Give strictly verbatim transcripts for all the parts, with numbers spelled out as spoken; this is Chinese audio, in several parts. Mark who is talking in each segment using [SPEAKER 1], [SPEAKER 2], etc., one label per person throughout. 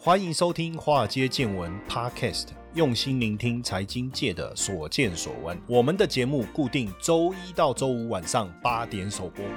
[SPEAKER 1] 欢迎收听华尔街见闻 Podcast， 用心聆听财经界的所见所闻。我们的节目固定周一到周五晚上八点首播。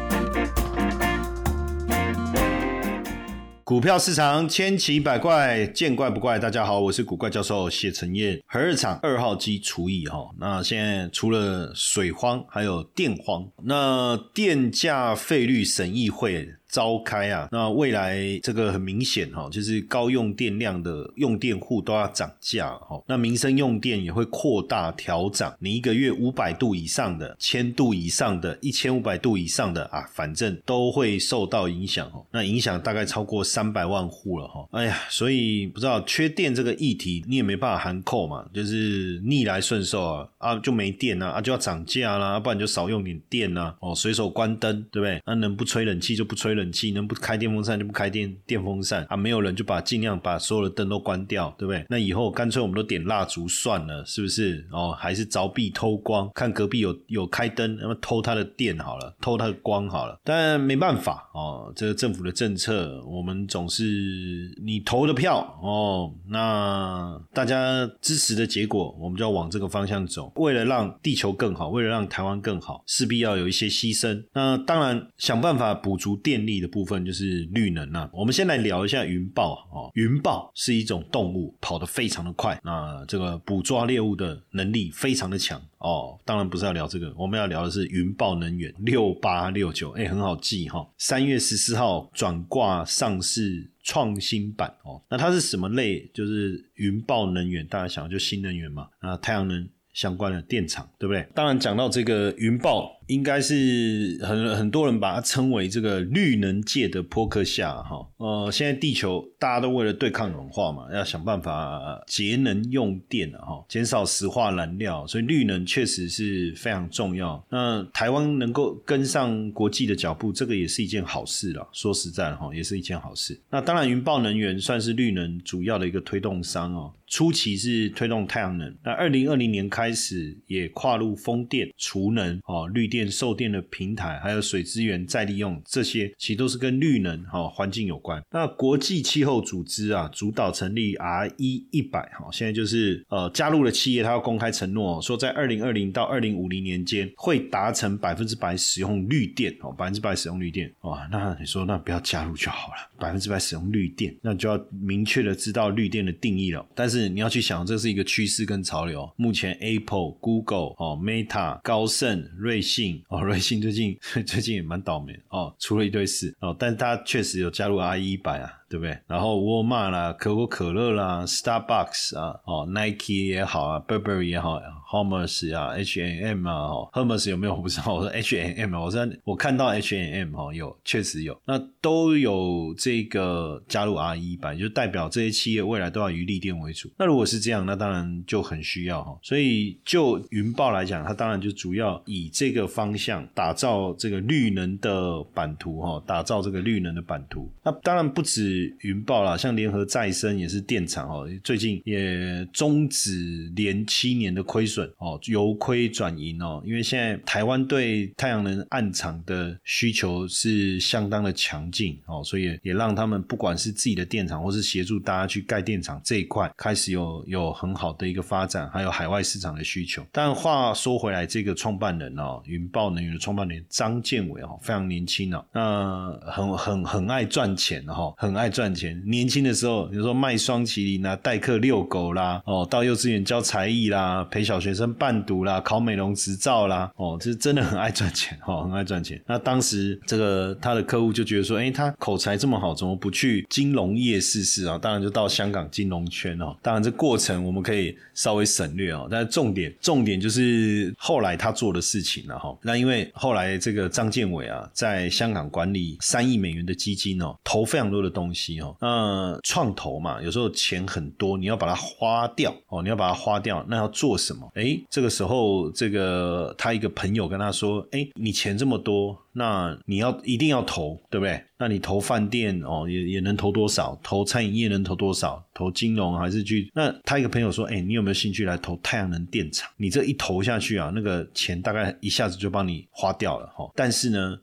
[SPEAKER 1] 股票市场千奇百怪，见怪不怪。大家好，我是股怪教授谢承彦。核二厂二号机除役齁，那现在除了水荒，还有电荒。那电价费率审议会召开啊，那未来这个很明显齁，就是高用电量的用电户都要涨价齁，那民生用电也会扩大调涨，你一个月五百度以上的、千度以上的、一千五百度以上的啊，反正都会受到影响齁。那影响大概超过三百万户了齁。哎呀，所以不知道缺电这个议题你也没办法含扣嘛，就是逆来顺受啊，啊就没电啊，啊就要涨价啦，不然就少用点电啊，哦随手关灯，对不对？那能不吹冷气就不吹冷气。冷气能不开电风扇就不开电电风扇啊，没有人就把尽量把所有的灯都关掉，对不对？那以后干脆我们都点蜡烛算了，是不是？哦，还是凿壁偷光，看隔壁有有开灯，那么偷他的电好了，偷他的光好了。但没办法哦，这个政府的政策，我们总是你投的票哦，那大家支持的结果，我们就要往这个方向走。为了让地球更好，为了让台湾更好，势必要有一些牺牲。那当然想办法补足电力的部分就是绿能啊。我们先来聊一下云豹哦。云豹是一种动物，跑得非常的快，那这个捕捉猎物的能力非常的强哦。当然不是要聊这个，我们要聊的是云豹能源六八六九，哎，很好记哈、哦。三月十四号转挂上市创新版哦。那它是什么类？就是云豹能源，大家想就新能源嘛，那太阳能相关的电厂，对不对？当然讲到这个云豹，应该是很很多人把它称为这个绿能界的波克夏哈。呃，现在地球大家都为了对抗暖化嘛，要想办法节能用电哈，减少石化燃料，所以绿能确实是非常重要。那台湾能够跟上国际的脚步，这个也是一件好事啦。说实在哈，也是一件好事。那当然，云豹能源算是绿能主要的一个推动商哦。初期是推动太阳能，那二零二零年开始也跨入风电、储能、哦、绿电、售电的平台，还有水资源再利用，这些其实都是跟绿能、哦、环境有关。那国际气候组织啊，主导成立 R E 一百、哦、现在就是呃加入了企业，它要公开承诺、哦、说在二零二零到二零五零年间会达成百分之百使用绿电，哦，百分之百使用绿电。哇，那你说那不要加入就好了，百分之百使用绿电，那就要明确的知道绿电的定义了。但是你要去想，这是一个趋势跟潮流。目前 Apple、Google、哦、Meta、高盛、瑞信哦，瑞信最近最近也蛮倒霉哦，出了一堆事哦，但它确实有加入 R E 一百啊，对不对？然后沃尔玛啦、可口可乐啦、Starbucks 啊、哦 Nike 也好啊、Burberry 也好、Hermes 啊、H and M 啊、哦、Hermes 有没有我不知道，我说 H and M 啊，我在我看到 H and M 哦，有确实有，那都有这个加入 R E 一百，就代表这些企业未来都要以绿电为主。那如果是这样，那当然就很需要齁。所以就云豹来讲，它当然就主要以这个方向打造这个绿能的版图齁，打造这个绿能的版图。那当然不止云豹啦，像联合再生也是电厂齁，最近也终止连七年的亏损哦，由亏转盈哦。因为现在台湾对太阳能案场的需求是相当的强劲哦，所以也让他们不管是自己的电厂，或是协助大家去盖电厂这一块，开始有有很好的一个发展，还有海外市场的需求。但话说回来，这个创办人哦，云豹能源的创办人张建伟哦，非常年轻哦，那很很很爱赚钱哦，很爱赚钱。年轻的时候，比如说卖双麒麟啦，代课遛狗啦，哦，到幼稚园教才艺啦，陪小学生伴读啦，考美容执照啦，哦，这真的很爱赚钱哦，很爱赚钱。那当时这个他的客户就觉得说，诶，他口才这么好，怎么不去金融业试试啊？当然就到香港金融圈哦。当然这过程我们可以稍微省略哦，但是重点重点就是后来他做的事情了哈。那因为后来这个张建伟啊，在香港管理三亿美元的基金哦，投非常多的东西哦。那创投嘛，有时候钱很多，你要把它花掉哦，你要把它花掉，那要做什么？诶，这个时候这个他一个朋友跟他说，诶，你钱这么多，那你要一定要投，对不对？那你投饭店哦，也也能投多少？投餐饮业能投多少？投金融还是去？那他一个朋友说，哎、欸，你有没有兴趣来投太阳能电厂？你这一投下去啊，那个钱大概一下子就帮你花掉了哈。但是呢，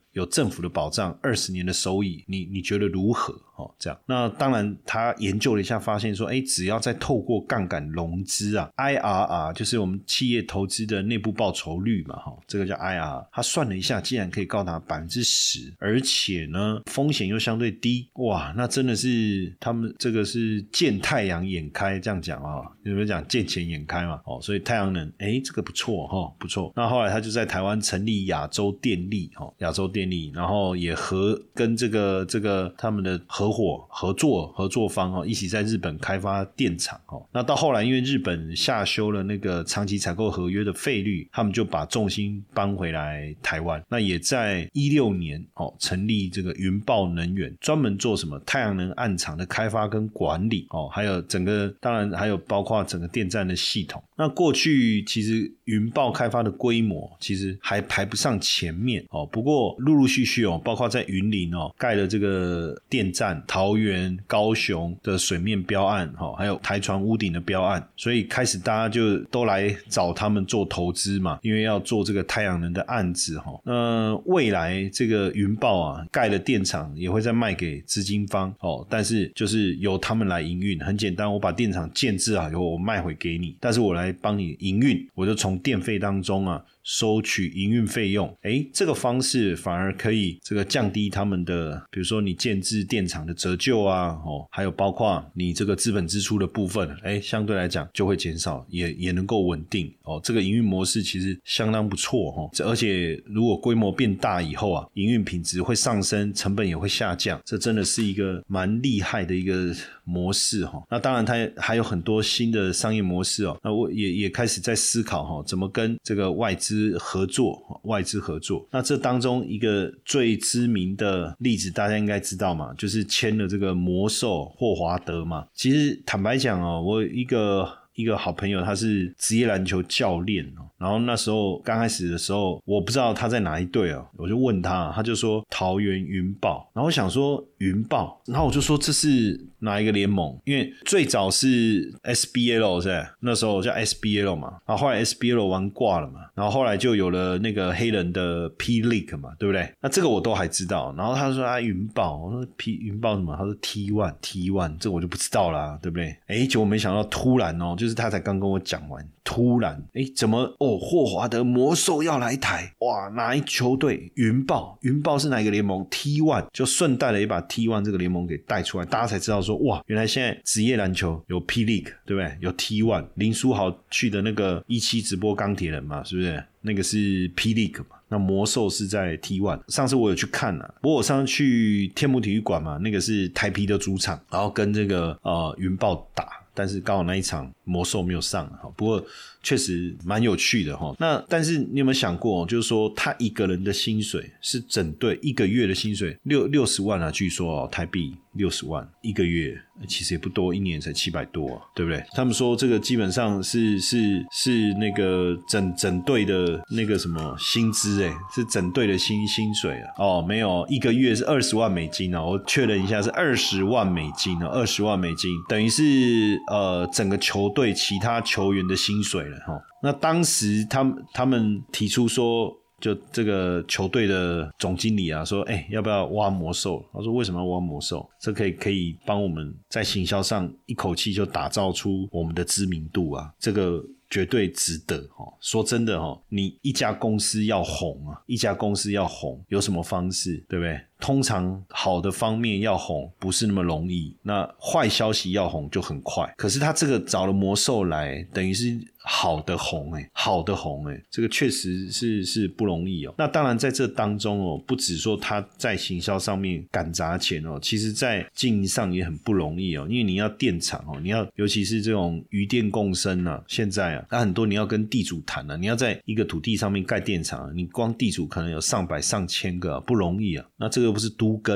[SPEAKER 1] 有政府的保障，二十年的收益，你你觉得如何？哦，这样。那当然他研究了一下发现说，诶，只要再透过杠杆融资啊 I R R 就是我们企业投资的内部报酬率嘛，哦，这个叫 I R R， 他算了一下竟然可以高达 百分之十， 而且呢风险又相对低，哇，那真的是他们这个是见太阳眼开，这样讲啊，有没有讲见钱眼开嘛？哦，所以太阳能，诶，这个不错哈，哦，不错。那后来他就在台湾成立亚洲电力，哦，亚洲电力，然后也合跟这个这个他们的合伙合作合作方，哦，一起在日本开发电厂，哦。那到后来因为日本下修了那个长期采购合约的费率，他们就把重心搬回来台湾。那也在一六年，哦，成立这个云豹能源，专门做什么太阳能案场的开发跟管理，哦，还有整个当然还有包括整个电站的系统。那过去其实云豹开发的规模其实还排不上前面，哦，不过陆陆续续哦，包括在云林哦盖了这个电站，桃园、高雄的水面标案，哦，还有台船屋顶的标案，所以开始大家就都来找他们做投资嘛，因为要做这个太阳能的案子，哦，那未来这个云豹啊盖的电厂也会再卖给资金方，哦，但是就是由他们来营运，很简单，我把电厂建制好以后我卖回给你，但是我来帮你营运，我就从电费当中啊收取营运费用。诶，这个方式反而可以这个降低他们的比如说你建制电厂的折旧啊，哦，还有包括你这个资本支出的部分，诶，相对来讲就会减少，也也能够稳定，哦，这个营运模式其实相当不错，哦，而且如果规模变大以后啊，营运品质会上升，成本也会下降，这真的是一个蛮厉害的一个模式，哦。那当然它还有很多新的商业模式，哦，那我也也开始在思考，哦，怎么跟这个外资合作，外资合作。那这当中一个最知名的例子大家应该知道嘛，就是签了这个魔兽霍华德嘛。其实坦白讲哦，我有一个一个好朋友，他是职业篮球教练，然后那时候刚开始的时候我不知道他在哪一队哦，我就问他，他就说桃园云豹，然后我想说云豹，然后我就说这是哪一个联盟，因为最早是 S B L 是吧，那时候叫 S B L 嘛，然后后来 S B L 玩挂了嘛，然后后来就有了那个黑人的 P League 嘛，对不对？那这个我都还知道，然后他说啊云豹，我说 P 云豹什么，他说 T 一 T 一 这我就不知道啦，对不对？诶，结果没想到突然哦，就是他才刚跟我讲完，突然诶怎么哦霍华德魔兽要来台，哇，哪一球队？云豹，云豹是哪一个联盟？ T 一 就顺带了也把 T 一 这个联盟给带出来，大家才知道说哇，原来现在职业篮球有 P League 对不对？有 T 一 林书豪去的那个一期直播钢铁人嘛，是不是？那个是 P League 嘛，那魔兽是在 T 一， 上次我有去看啊，不过我上次去天母体育馆嘛，那个是台啤的主场，然后跟这个呃云豹打，但是刚好那一场魔兽没有上，不过确实蛮有趣的齁。那但是你有没有想过，就是说他一个人的薪水是整队一个月的薪水六六十万啊，据说哦，台币六十万一个月，其实也不多，一年才七百多啊，对不对？他们说这个基本上是是是那个整整队的那个什么薪资诶，是整队的薪薪水啊。哦，没有，一个月是二十万美金啊，我确认一下是二十万美金啊，二十万美金等于是呃整个球队其他球员的薪水了齁。那当时他们他们提出说，就这个球队的总经理啊说，哎、欸，要不要挖魔兽？他说为什么要挖魔兽？这可以可以帮我们在行销上一口气就打造出我们的知名度啊，这个绝对值得齁。说真的齁，你一家公司要红啊，一家公司要红有什么方式，对不对？通常好的方面要红不是那么容易，那坏消息要红就很快。可是他这个找了魔兽来，等于是好的红诶、欸、好的红诶、欸、这个确实是是不容易哦。那当然在这当中哦，不只说他在行销上面赶砸钱哦，其实在经营上也很不容易哦，因为你要电厂哦，你要尤其是这种渔电共生啊，现在啊，那很多你要跟地主谈啊，你要在一个土地上面盖电厂啊，你光地主可能有上百上千个啊，不容易啊。那这个不是都更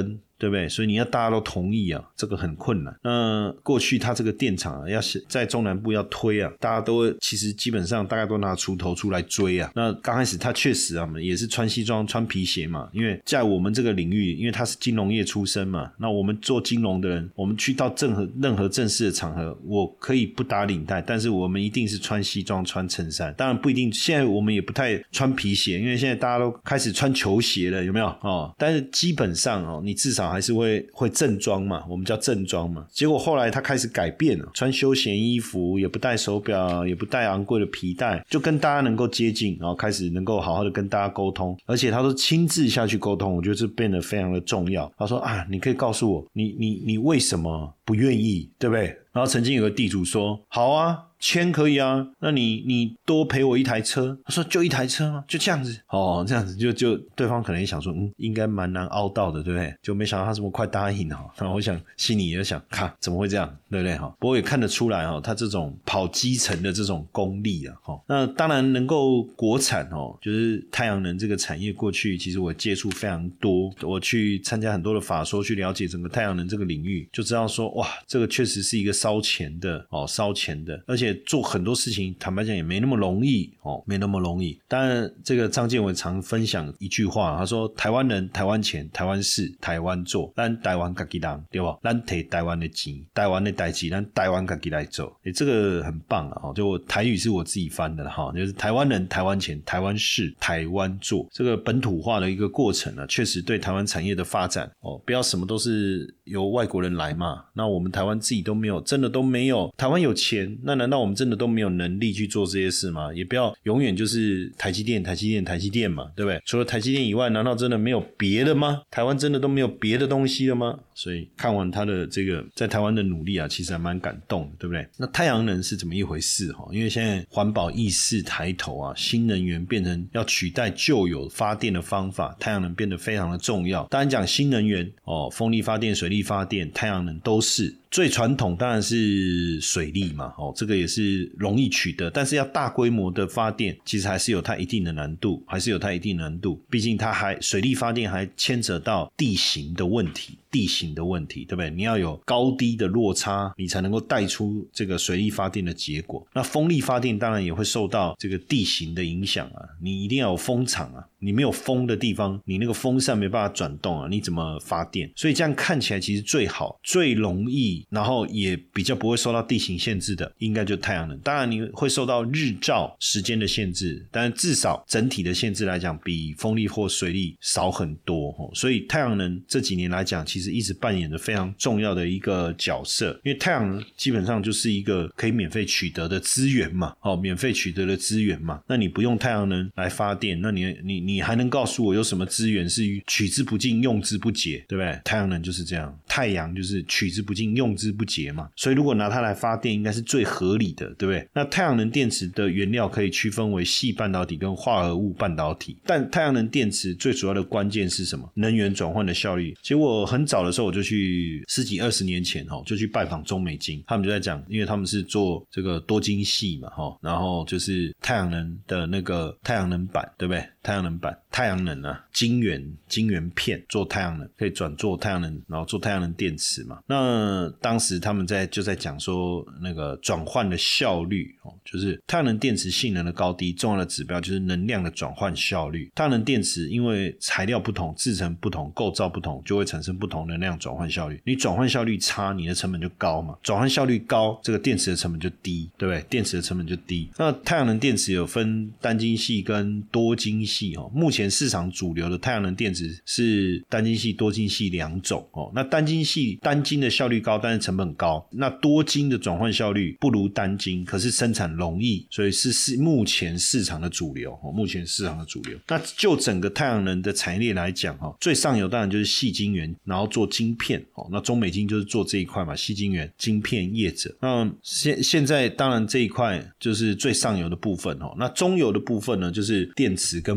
[SPEAKER 1] 对不对？所以你要大家都同意啊，这个很困难。那过去他这个电厂啊，要在中南部要推啊，大家都其实基本上大家都拿锄头出来追啊。那刚开始他确实啊，也是穿西装穿皮鞋嘛，因为在我们这个领域，因为他是金融业出身嘛，那我们做金融的人，我们去到任何任何正式的场合，我可以不打领带，但是我们一定是穿西装穿衬衫。当然不一定，现在我们也不太穿皮鞋，因为现在大家都开始穿球鞋了，有没有哦？但是基本上哦，你至少还是会会正装嘛，我们叫正装嘛。结果后来他开始改变了，穿休闲衣服，也不戴手表，也不戴昂贵的皮带，就跟大家能够接近，然后开始能够好好的跟大家沟通，而且他都亲自下去沟通，我觉得这变得非常的重要。他说啊，你可以告诉我，你你你为什么不愿意，对不对？然后曾经有个地主说，好啊，签可以啊，那你你多赔我一台车。他说就一台车吗？就这样子哦，这样子就就对方可能也想说，嗯，应该蛮难凹到的，对不对？就没想到他这么快答应哈。然后我想心里也想，看怎么会这样，对不对哈？不过也看得出来哈，他这种跑基层的这种功力啊，哈，那当然能够国产哦，就是太阳能这个产业过去其实我接触非常多，我去参加很多的法说，去了解整个太阳能这个领域，就知道说哇，这个确实是一个烧钱的哦，烧钱的，而且做很多事情坦白讲也没那么容易哦，没那么容易。当然这个张建伟常分享一句话，他说台湾人台湾钱台湾事台湾做，咱台湾自己人，对吧？咱摕台湾的钱台湾的代志咱台湾自己来做，诶，这个很棒啊！就我台语是我自己翻的哈，就是台湾人台湾钱台湾事台湾做，这个本土化的一个过程呢，确实对台湾产业的发展哦，不要什么都是由外国人来嘛，那我们台湾自己都没有，真的都没有，台湾有钱，那难道我们真的都没有能力去做这些事吗？也不要永远就是台积电台积电台积电嘛，对不对？除了台积电以外，难道真的没有别的吗？台湾真的都没有别的东西了吗？所以看完他的这个在台湾的努力啊，其实还蛮感动的，对不对？那太阳能是怎么一回事？因为现在环保意识抬头啊，新能源变成要取代旧有发电的方法，太阳能变得非常的重要。当然讲新能源哦，风力发电水力发电太阳能都是最传统，当然是水力嘛，哦，这个也是容易取得，但是要大规模的发电，其实还是有它一定的难度，还是有它一定的难度。毕竟它还水力发电还牵扯到地形的问题，地形的问题，对不对？你要有高低的落差，你才能够带出这个水力发电的结果。那风力发电当然也会受到这个地形的影响啊，你一定要有风场啊，你没有风的地方，你那个风扇没办法转动啊，你怎么发电？所以这样看起来其实最好最容易，然后也比较不会受到地形限制的，应该就太阳能。当然你会受到日照时间的限制，但是至少整体的限制来讲比风力或水力少很多。所以太阳能这几年来讲其实一直扮演着非常重要的一个角色，因为太阳能基本上就是一个可以免费取得的资源嘛，哦，免费取得的资源嘛，那你不用太阳能来发电，那你你你还能告诉我有什么资源是取之不尽用之不竭，对不对？太阳能就是这样，太阳就是取之不尽用之不竭嘛，所以如果拿它来发电应该是最合理的，对不对？那太阳能电池的原料可以区分为矽半导体跟化合物半导体，但太阳能电池最主要的关键是什么？能源转换的效率。其实我很早的时候我就去十几二十年前就去拜访中美晶，他们就在讲，因为他们是做这个多晶矽嘛，然后就是太阳能的那个太阳能板，对不对？太阳能板太阳能啊，晶圆晶圆片做太阳能，可以转做太阳能，然后做太阳能电池嘛。那当时他们在就在讲说那个转换的效率，就是太阳能电池性能的高低重要的指标就是能量的转换效率。太阳能电池因为材料不同，制成不同，构造不同，就会产生不同能量转换效率。你转换效率差，你的成本就高嘛，转换效率高，这个电池的成本就低，对不对？电池的成本就低。那太阳能电池有分单晶矽跟多晶矽，目前市场主流的太阳能电池是单晶矽多晶矽两种。那单晶矽单晶的效率高，但是成本高，那多晶的转换效率不如单晶，可是生产容易，所以是是目前市场的主流，目前市场的主流。那就整个太阳能的产业链来讲，最上游当然就是矽晶圆，然后做晶片，那中美晶就是做这一块嘛，矽晶圆晶片业者。那现现在当然这一块就是最上游的部分，那中游的部分呢就是电池跟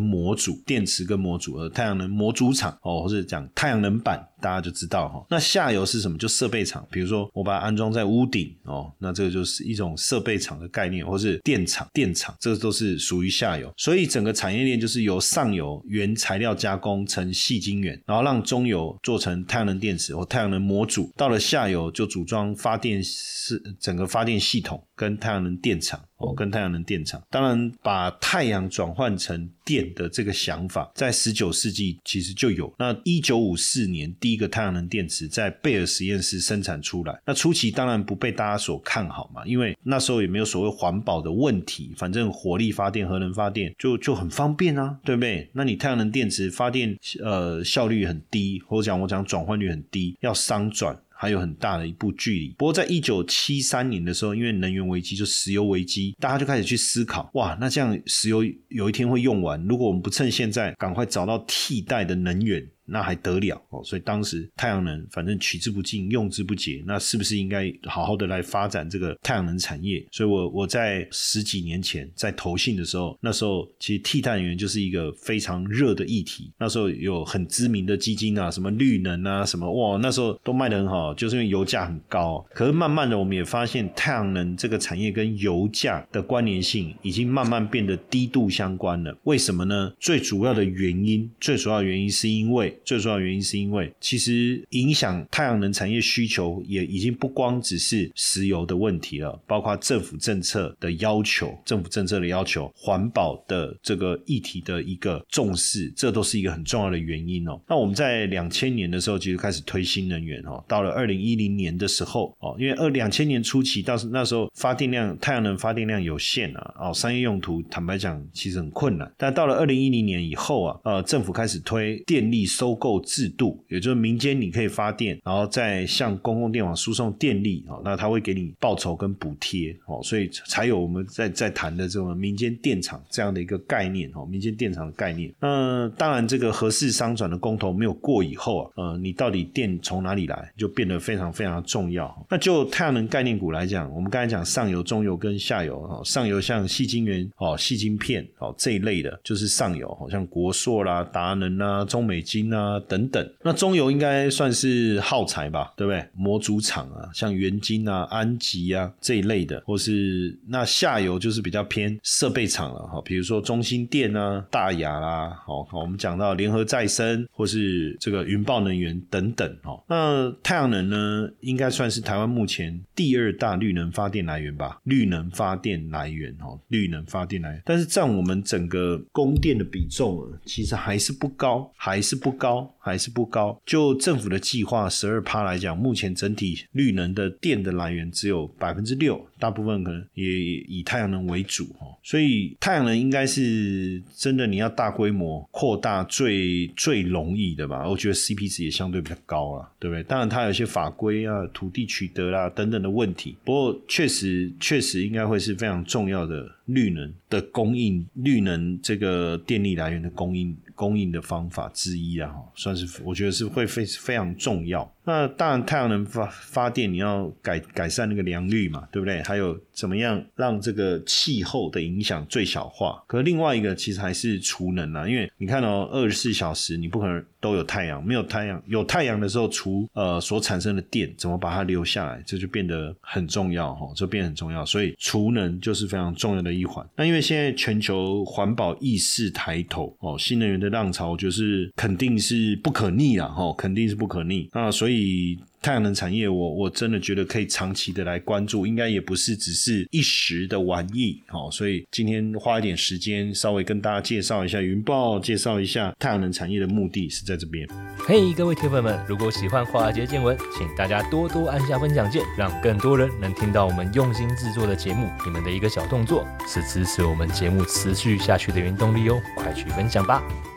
[SPEAKER 1] 模组，电池跟模组，而太阳能模组厂哦，或者讲太阳能板，大家就知道哈。那下游是什么？就设备厂，比如说我把它安装在屋顶哦，那这个就是一种设备厂的概念，或是电厂、电厂，这个都是属于下游。所以整个产业链就是由上游原材料加工成矽晶圆，然后让中游做成太阳能电池或太阳能模组，到了下游就组装发电是整个发电系统跟太阳能电厂哦，跟太阳能电厂。当然把太阳转换成电的这个想法在十九世纪其实就有。那一九五四年第一个太阳能电池在贝尔实验室生产出来，那初期当然不被大家所看好嘛，因为那时候也没有所谓环保的问题，反正火力发电、核能发电就就很方便啊，对不对？那你太阳能电池发电呃效率很低，或者讲我讲转换率很低，要商转还有很大的一步距离。不过在一九七三年的时候，因为能源危机，就石油危机，大家就开始去思考，哇，那这样石油有一天会用完，如果我们不趁现在赶快找到替代的能源，那还得了哦？所以当时太阳能反正取之不尽用之不竭，那是不是应该好好的来发展这个太阳能产业？所以我我在十几年前在投信的时候，那时候其实替代能源就是一个非常热的议题，那时候有很知名的基金啊，什么绿能啊什么，哇，那时候都卖得很好，就是因为油价很高。可是慢慢的我们也发现太阳能这个产业跟油价的关联性已经慢慢变得低度相关了。为什么呢？最主要的原因最主要的原因是因为最主要的原因是因为其实影响太阳能产业需求也已经不光只是石油的问题了，包括政府政策的要求政府政策的要求，环保的这个议题的一个重视，这都是一个很重要的原因哦。那我们在两千年的时候其实开始推新能源哦，到了二零一零年的时候哦，因为二两千年初期到那时候发电量太阳能发电量有限啊，哦，商业用途坦白讲其实很困难。但到了二零一零年以后啊，呃，政府开始推电力收购制度，也就是民间你可以发电，然后再向公共电网输送电力，哦，那它会给你报酬跟补贴，哦，所以才有我们在在谈的这种民间电厂这样的一个概念，哦，民间电厂的概念。那当然这个核四商转的公投没有过以后啊，呃，你到底电从哪里来就变得非常非常重要。那就太阳能概念股来讲，我们刚才讲上游、中游跟下游，哦，上游像矽晶圆、哦，矽晶片，哦，这一类的就是上游，哦，像国硕啦、达能啦、中美晶啊等等。那中游应该算是耗材吧，对不对？模组厂啊，像元晶啊、安吉啊这一类的，或是那下游就是比较偏设备厂了，比如说中兴电啊、大亚啦，我们讲到联合再生或是这个云豹能源等等。那太阳能呢，应该算是台湾目前第二大绿能发电来源吧，绿能发电来源，绿能发电来源，但是占我们整个供电的比重其实还是不高，还是不高，还是不高。就政府的计划 百分之十二 来讲，目前整体绿能的电的来源只有 百分之六， 大部分可能也以太阳能为主，所以太阳能应该是真的你要大规模扩大最最容易的吧，我觉得 C P 值也相对比较高啦，对不对？当然它有一些法规啊、土地取得啦等等的问题，不过确实确实应该会是非常重要的绿能的供应，绿能这个电力来源的供应供应的方法之一啊，算是我觉得是会非非常重要。那当然太阳能发发电你要改改善那个良率嘛，对不对？还有怎么样让这个气候的影响最小化。可是另外一个其实还是储能啊，因为你看哦，二十四小时你不可能都有太阳，没有太阳，有太阳的时候储呃所产生的电怎么把它留下来，这就变得很重要齁，这变得很重要，所以储能就是非常重要的一环。那因为现在全球环保意识抬头哦，新能源的浪潮就是肯定是不可逆啦齁，肯定是不可逆。那所以太阳能产业我我真的觉得可以长期的来关注，应该也不是只是一时的玩意，哦，所以今天花一点时间稍微跟大家介绍一下云豹，介绍一下太阳能产业的目的是在这边。
[SPEAKER 2] 嘿、hey, 各位铁粉们，如果喜欢华尔街见闻，请大家多多按下分享键，让更多人能听到我们用心制作的节目。你们的一个小动作是支持我们节目持续下去的原动力哦，快去分享吧。